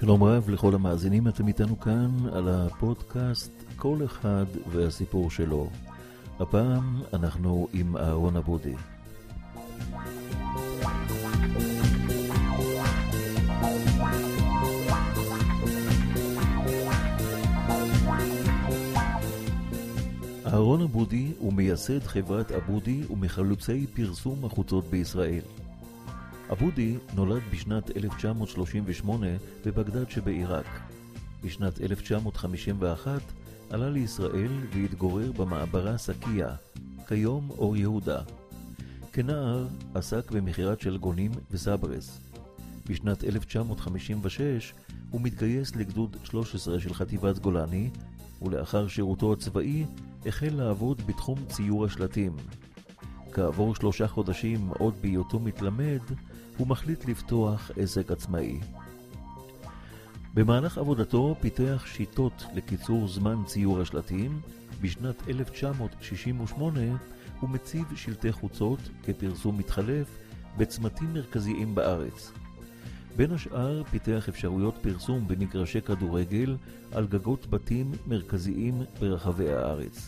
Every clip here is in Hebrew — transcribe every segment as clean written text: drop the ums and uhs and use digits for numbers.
שלום רב לכל המאזינים, אתם איתנו כאן על הפודקאסט כל אחד והסיפור שלו. הפעם אנחנו עם אהרון אבודי. אהרון אבודי הוא מייסד חברת אבודי ומחלוצי פרסום החוצות בישראל. אבודי נולד בשנת 1938 בבגדד שבעיראק. בשנת 1951 עלה לישראל והתגורר במעברה סקיה, כיום אור יהודה. כנער עסק במכירת שלגונים וסברס. בשנת 1956 הוא מתגייס לגדוד 13 של חטיבת גולני, ולאחר שירותו הצבאי החל לעבוד בתחום ציור השלטים. כעבור 3 חודשים עוד בהיותו מתלמד, הוא מחליט לפתוח עסק עצמאי. במהלך עבודתו פיתח שיטות לקיצור זמן ציור השלטים. בשנת 1968 הוא מציב שלטי חוצות כפרסום מתחלף בצמתים מרכזיים בארץ. בין השאר פיתח אפשרויות פרסום במגרשי כדורגל על גגות בתים מרכזיים ברחבי הארץ.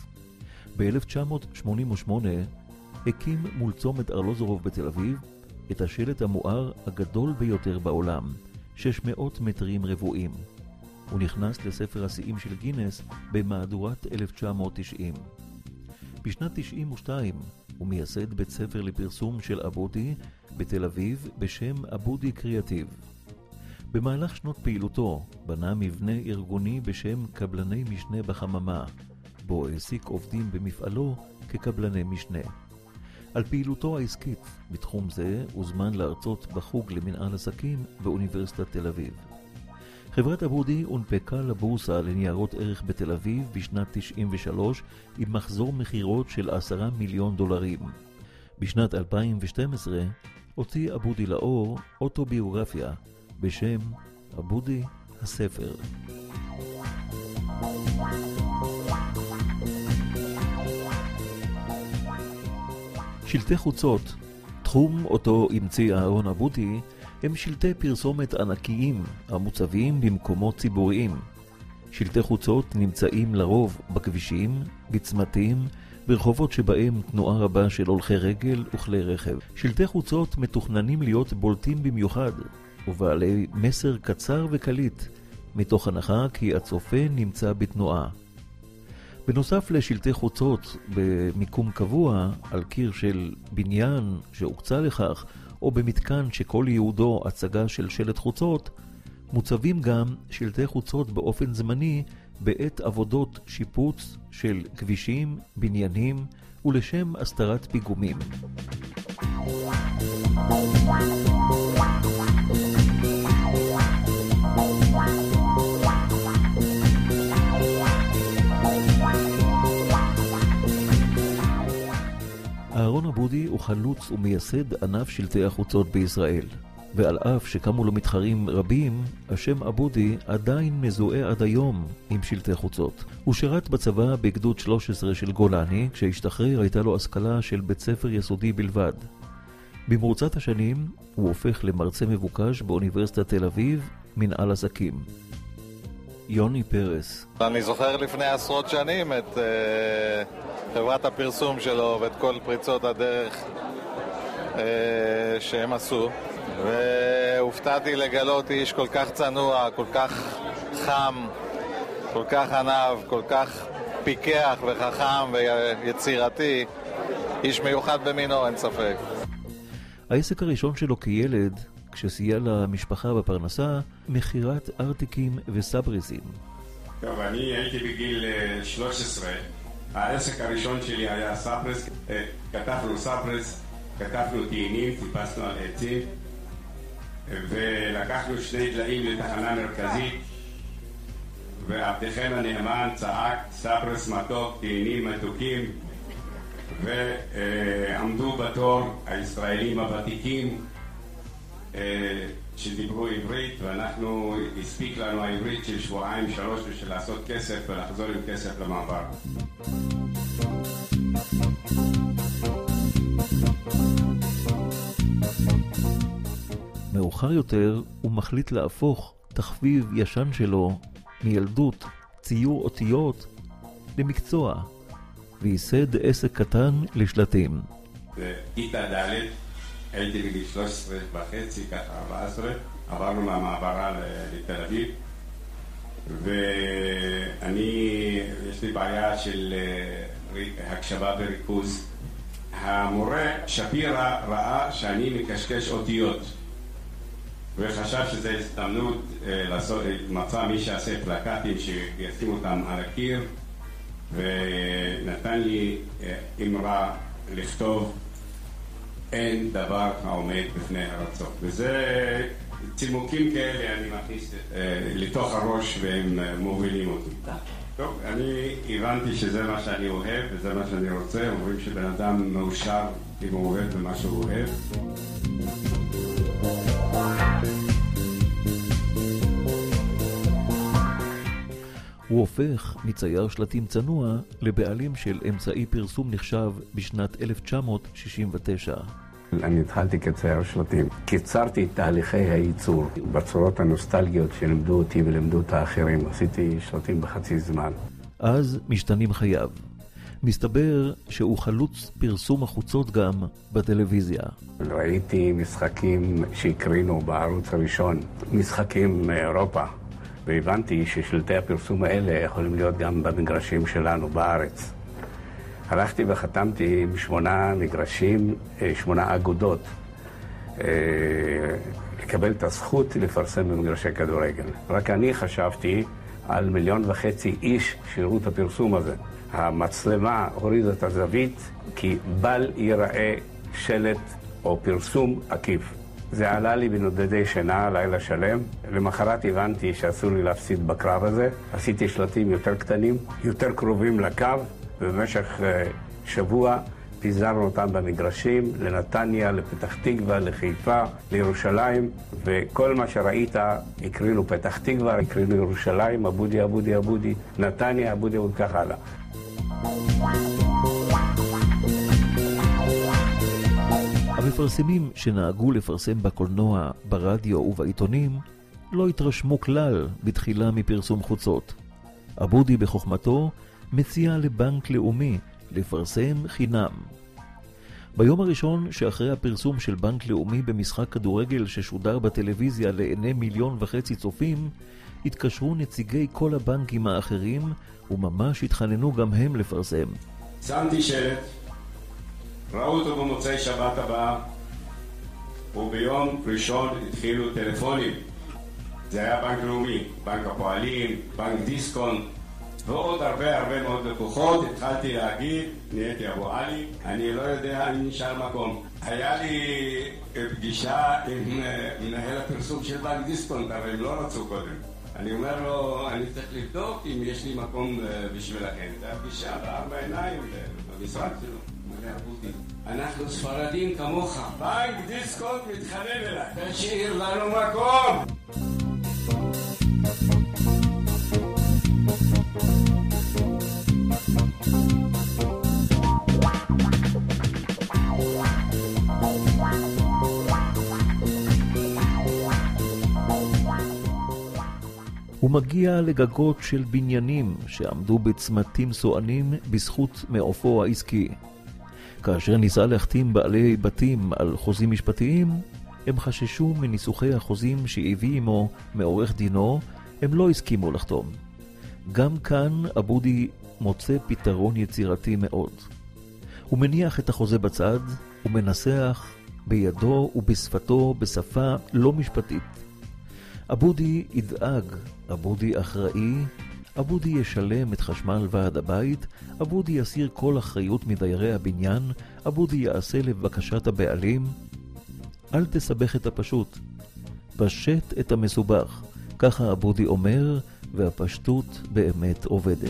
ב-1988 הקים מול צומת ארלוזורוב בתל אביב את השלט המואר הגדול ביותר בעולם, 600 מטרים רבועים. הוא נכנס לספר השיאים של גינס במהדורת 1990. בשנת 92 הוא מייסד בית ספר לפרסום של אבודי בתל אביב בשם אבודי קריאטיב. במהלך שנות פעילותו בנה מבנה ארגוני בשם קבלני משנה בחממה, בו העסיק עובדים במפעלו כקבלני משנה. על פעילותו העסקית בתחום זה הוזמן להרצות בחוג למנהל עסקים באוניברסיטת תל אביב. חברת אבודי הונפקה לבורסה לניירות ערך בתל אביב בשנת 93 עם מחזור מחירות של $10 מיליון. בשנת 2012 הוציא אבודי לאור אוטוביוגרפיה בשם אבודי הספר. שלטי חוצות, תחום אותו המציא אהרון אבודי, הם שלטי פרסומת ענקיים המוצבים במקומות ציבוריים. שלטי חוצות נמצאים לרוב בכבישים, בצמתים, ברחובות שבהם תנועה רבה של הולכי רגל וכלי רכב. שלטי חוצות מתוכננים להיות בולטים במיוחד, ובעלי מסר קצר וקליט, מתוך הנחה כי הצופה נמצא בתנועה. בנוסף לשלטי חוצות במיקום קבוע על קיר של בניין שהוקצה לכך, או במתקן שכל ייעודו הצגה של שלט חוצות, מוצבים גם שלטי חוצות באופן זמני בעת עבודות שיפוץ של כבישים, בניינים ולשם הסתרת פיגומים. אהרון אבודי הוא חלוץ ומייסד ענף שלטי החוצות בישראל, ועל אף שקמו לו מתחרים רבים, השם אבודי עדיין מזוהה עד היום עם שלטי חוצות. הוא שירת בצבא בגדוד 13 של גולני, כשהשתחרר הייתה לו השכלה של בית ספר יסודי בלבד. במרוצת השנים הוא הופך למרצה מבוקש באוניברסיטת תל אביב, מנהל עסקים. יוני פרס. אני זוכר לפני עשרות שנים את חברת הפרסום שלו ואת כל פריצות הדרך שהם עשו, והופתעתי לגלות איש כל כך צנוע, כל כך חם, כל כך ענב, כל כך פיקח וחכם ויצירתי, איש מיוחד במינו, אין ספק. העסק הראשון שלו כילד, כשסייע למשפחה בפרנסה, מכירת ארטיקים וסברסים. טוב, אני הייתי בגיל 13. העסק הראשון שלי היה סברס. כתבנו סברס, כתבנו תאנים, טיפסנו על עצים, ולקחנו 2 דליים לתחנה מרכזית, ועבדכם הנאמן צעק סברס מתוק, תאנים מתוקים, ועמדו בתור הישראלים הוותיקים שדיברו עברית, ואנחנו הספיק לנו העברית של 2-3 בשביל לעשות כסף ולחזור עם כסף למעבר. מאוחר יותר הוא מחליט להפוך תחביב ישן שלו מילדות, ציור אותיות, למקצוע, וייסד עסק קטן לשלטים. בכיתה ד' הייתי בגיל 13 וחצי, ככה 14, עברנו מהמעברה לתל אביב, יש לי בעיה של הקשבה וריכוז. המורה שפירה ראה שאני מקשקש אותיות וחשב שזה הזדמנות מצא מי שעשה פלקטים שישים אותם על הקיר, ונתן לי אמרה לכתוב אין דבר העומד בפני הרצון. וזה צימוקים כאלה אני מכניס לתוך הראש והם מובילים אותי. טוב, אני הבנתי שזה מה שאני אוהב וזה מה שאני רוצה. אומרים שבן אדם מאושר אם הוא אוהב במה שהוא אוהב. הוא הופך מצייר שלטים צנוע לבעלים של אמצעי פרסום נחשב בשנת 1969. אני התחלתי כצייר שלטים. קיצרתי את תהליכי הייצור בצורות הנוסטלגיות שלמדו אותי ולמדו את האחרים. עשיתי שלטים בחצי זמן. אז משתנים חייו. מסתבר שהוא חלוץ פרסום החוצות גם בטלוויזיה. ראיתי משחקים שהקרינו בערוץ הראשון, משחקים מאירופה. והבנתי ששלטי הפרסום האלה יכולים להיות גם במגרשים שלנו בארץ. הלכתי וחתמתי עם 8 מגרשים, 8 אגודות, לקבל את הזכות לפרסם במגרשי כדורגל. רק אני חשבתי על 1.5 מיליון איש שיראו את הפרסום הזה. המצלמה הורידה את הזווית כי בל ייראה שלט או פרסום עקיף. זה עלה לי בנודדי שינה לילה שלם. למחרת הבנתי שאסור לי להפסיד בקרב הזה. עשיתי שלטים יותר קטנים, יותר קרובים לקו, ובמשך שבוע פיזרנו אותם במגרשים, לנתניה, לפתח תקווה, לחיפה, לירושלים, וכל מה שראית, הקרינו פתח תקווה, הקרינו ירושלים, אבודי, אבודי, אבודי, נתניה, אבודי, אבודי, כך הלאה. המפרסמים שנהגו לפרסם בקולנוע, ברדיו ובעיתונים לא התרשמו כלל בתחילה מפרסום חוצות. אבודי בחוכמתו מציע לבנק לאומי לפרסם חינם. ביום הראשון שאחרי הפרסום של בנק לאומי במשחק כדורגל ששודר בטלוויזיה לעיני 1.5 מיליון צופים, התקשרו נציגי כל הבנקים האחרים וממש התחננו גם הם לפרסם. שמתי שלט, ראו אותו במוצאי שבת הבאה, וביום ראשון התחילו טלפונים. זה היה בנק לאומי, בנק הפועלים, בנק דיסקונט, ועוד הרבה מאוד לקוחות. התחלתי להגיד, נהייתי אבו עלי, אני לא יודע אם נשאר מקום. היה לי פגישה עם מנהל הפרסום של בנק דיסקונט, אבל הם לא רצו קודם. אני אומר לו, אני צריך לבדוק אם יש לי מקום בשבילכם. זה הפגישה בארבע עיניים במשרד שלו. אנחנו ספרדים כמוך. בנק דיסקונט מתחנן אליי, תשאיר לנו מקום. הוא מגיע לגגות של בניינים שעמדו בצמתים סוענים בזכות מעופו העסקי. כאשר ניסה להחתים בעלי בתים על חוזים משפטיים, הם חששו מניסוחי החוזים שהביא עמו מעורך דינו, הם לא הסכימו לחתום. גם כאן אבודי מוצא פתרון יצירתי מאוד. הוא מניח את החוזה בצד ומנסח בידו ובשפתו בשפה לא משפטית. אבודי ידאג, אבודי אחראי, אבודי ישלם את חשמל ועד הבית, אבודי יסיר כל אחריות מדיירי הבניין, אבודי יעשה לבקשת הבעלים. אל תסבך את הפשוט, פשט את המסובך, ככה אבודי אומר, והפשטות באמת עובדת.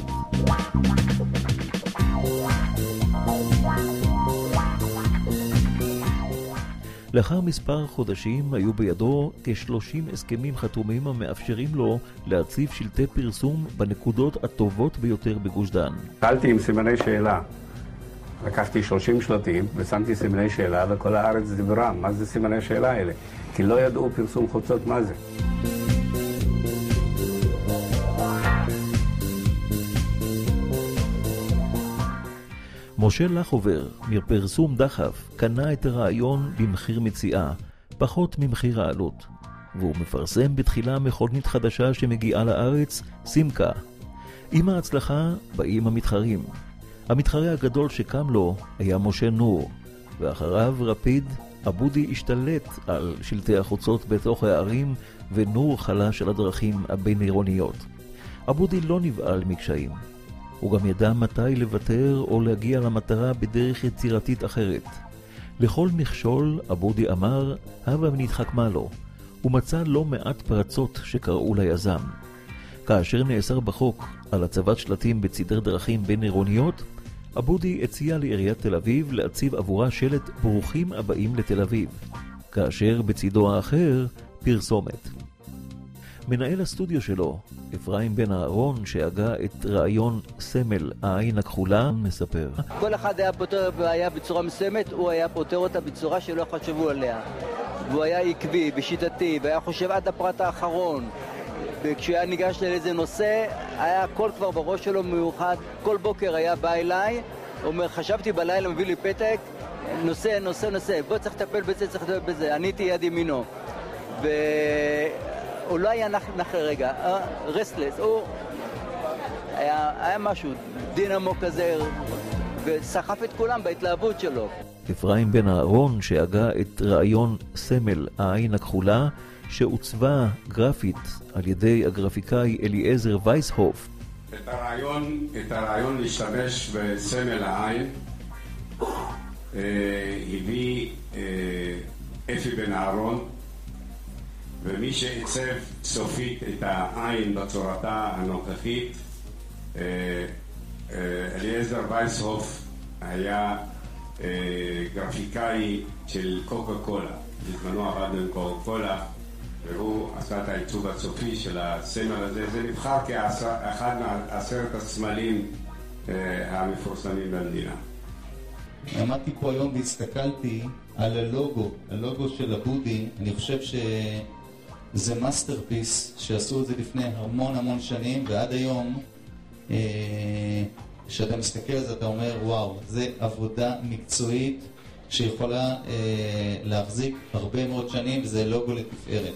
לאחר מספר חודשים היו בידו כ-30 הסכמים חתומים המאפשרים לו להציב שלטי פרסום בנקודות הטובות ביותר בגוש דן. התחלתי עם סימני שאלה. לקחתי 30 שלטים ושמתי סימני שאלה וכל הארץ דיברה. מה זה סימני שאלה האלה? כי לא ידעו פרסום חוצות מה זה. משה לחובר, מפרסום דחף, קנה את הרעיון במחיר מציאה, פחות ממחיר העלות, והוא מפרסם בתחילה מכונית חדשה שמגיעה לארץ, סימקה. עם ההצלחה באים המתחרים. המתחרה הגדול שקם לו היה משה נור, ואחריו רפיד, עבודי השתלט על שלטי החוצות בתוך הערים, ונור חלש על הדרכים הבין-עירוניות. עבודי לא נבעל מקשיים. הוא גם ידע מתי לוותר או להגיע למטרה בדרך יצירתית אחרת. לכל מכשול עבודי אמר, הבה ונתחכמה לו. הוא מצא לא מעט פרצות שקראו ליזם. כאשר נאסר בחוק על הצבת שלטים בצדי דרכים בין עירוניות, עבודי הציע לעיריית תל אביב להציב עבורה שלט ברוכים הבאים לתל אביב, כאשר בצידו האחר פרסומת. מנהל הסטודיו שלו, אפרים בן אהרון, שהגה את רעיון סמל העין הכחולה, מספר. כל אחד היה פותר בעיה בצורה מסוימת, הוא היה פותר אותה בצורה שלא חשבו עליה. והוא היה עקבי, בשיטתי, והיה חושב עד הפרט האחרון. וכשהוא היה ניגש לאיזה נושא, היה הכל כבר בראש שלו מיוחד. כל בוקר היה בא אליי, הוא אומר, חשבתי בלילה, מביא לי פתק, נושא, בוא צריך לטפל בזה, צריך לטפל בזה. אני הייתי יד ימינו. הוא לא היה נח לרגע, רסטלס, הוא היה משהו, דינמו כזה, וסחף את כולם בהתלהבות שלו. אפרים בן אהרון, שהגה את רעיון סמל העין הכחולה, שעוצבה גרפית על ידי הגרפיקאי אליעזר וייסהוף. את הרעיון להשתמש בסמל העין הביא אפי בן אהרון, ומי שעיצב סופית את העין בצורתה הנוכחית, אליעזר וייסהוף, היה גרפיקאי של קוקה קולה. בזמנו עבדנו עם קוקה קולה, והוא עשה את העיצוב הסופי של הסמל הזה. זה נבחר כאחד מעשרת הסמלים המפורסמים במדינה. עמדתי פה היום והסתכלתי על הלוגו של עבודי. אני חושב שזה מאסטרפיס שעשו את זה לפני המון שנים, ועד היום כשאתה מסתכל על זה אתה אומר וואו, זה עבודה מקצועית שיכולה להחזיק הרבה מאוד שנים, וזה לוגו לתפארת.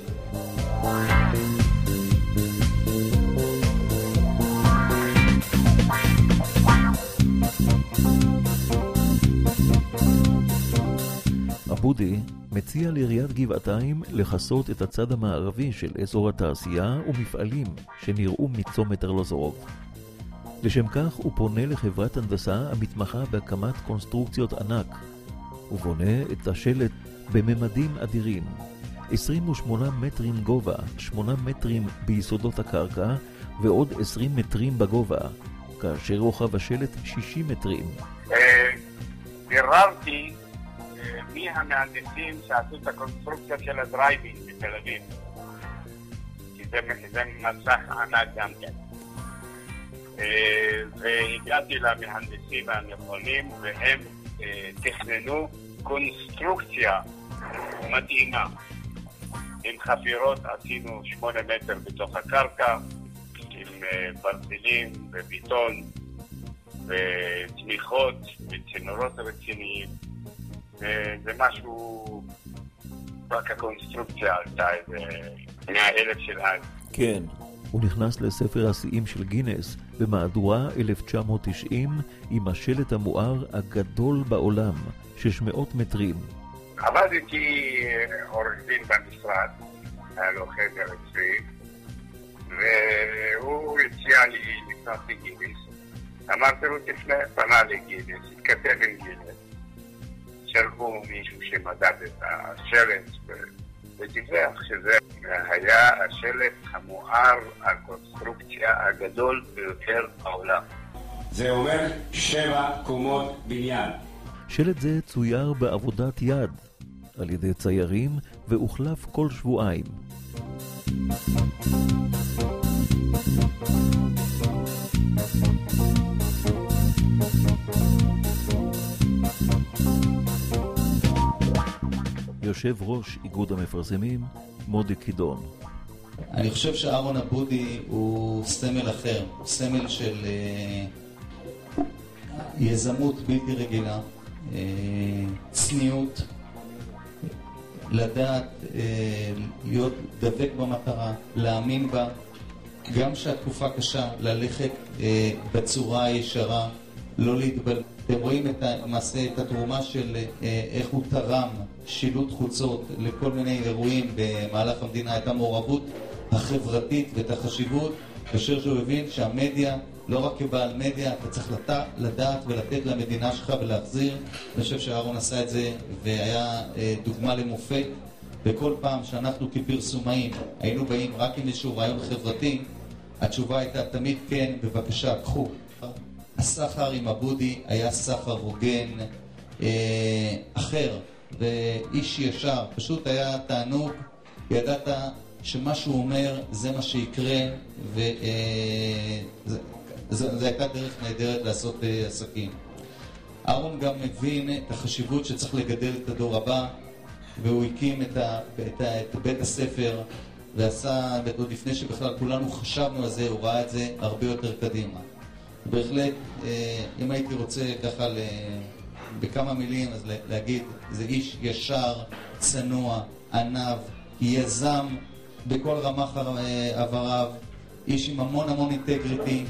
עבודי מציע לעיריית גבעתיים לחסות את הצד המערבי של אזור התעשייה ומפעלים שנראו מצומת ארלוזורוב. לשם כך הוא פונה לחברת הנדסה המתמחה בהקמת קונסטרוקציות ענק, ובונה את השלט בממדים אדירים, 28 מטרים גובה, 8 מטרים ביסודות הקרקע ועוד 20 מטרים בגובה, כאשר רוחב השלט 60 מטרים. ביררתי מי המהנדסים שעשו את הקונסטרוקציה של הדרייבין בתל אביב, כי זה מסך ענק גם כן. והגעתי למהנדסים הנכונים, והם תכננו קונסטרוקציה מדהימה. עם חפירות עשינו 8 מטר בתוך הקרקע, עם ברזלים וביטון ותמיכות וצינורות רציניים. זה משהו, רק הקונסטרוקציה עלתה איזה 100,000 של אז. כן. הוא נכנס לספר השיאים של גינס במהדורה 1990 עם השלט המואר הגדול בעולם, 600 מטרים. עבדתי עורך דין במשרד, היה לו חדר אצלי, והוא הציע לי לפנות לגינס. אמרתי לו תפנה, פנה לגינס, התכתב עם גינס. שלחו מישהו שמדד את השלט ודיווח שזה היה השלט המואר, הקונסטרוקציה הגדול ביותר בעולם. זה אומר 7 קומות בניין. שלט זה צויר בעבודת יד על ידי ציירים והוחלף כל שבועיים. יושב ראש איגוד המפרסמים, מודי קידון. אני חושב שאהרון עבודי הוא סמל אחר, הוא סמל של יזמות בלתי רגילה, צניעות, לדעת להיות דבק במטרה, להאמין בה, גם שהתקופה קשה, ללכת בצורה הישרה, לא להתבלבל. אתם רואים את התרומה של איך הוא תרם שילוט חוצות לכל מיני אירועים במהלך המדינה, את המעורבות החברתית ואת החשיבות, כאשר שהוא הבין שהמדיה, לא רק כבעל מדיה, אתה צריך לדעת ולתת למדינה שלך ולהחזיר. אני חושב שאהרון עשה את זה והיה דוגמה למופת. בכל פעם שאנחנו כפרסומאים היינו באים רק עם איזשהו רעיון חברתי, התשובה הייתה תמיד כן, בבקשה, קחו. הסחר עם הבודי היה סחר הוגן, אחר, ואיש ישר, פשוט היה תענוג, ידעת שמה שהוא אומר זה מה שיקרה, וזו הייתה דרך נהדרת לעשות עסקים. אהרון גם מבין את החשיבות שצריך לגדל את הדור הבא, והוא הקים את בית הספר, ועשה, עוד לפני שבכלל כולנו חשבנו על זה, הוא ראה את זה הרבה יותר קדימה. בהחלט, אם הייתי רוצה ככה בכמה מילים, אז להגיד, זה איש ישר, צנוע, ענב, יזם בכל רמ"ח עבריו, איש עם המון אינטגריטי.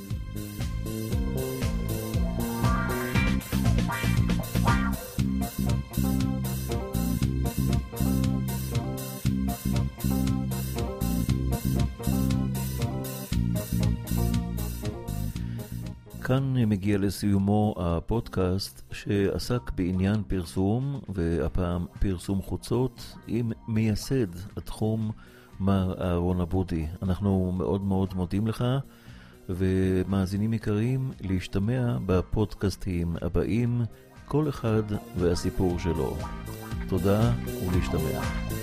כאן מגיע לסיומו הפודקאסט שעסק בעניין פרסום, והפעם פרסום חוצות, עם מייסד התחום מר אהרון עבודי. אנחנו מאוד מודים לך, ומאזינים יקרים, להשתמע בפודקאסטים הבאים, כל אחד והסיפור שלו. תודה ולהשתמע.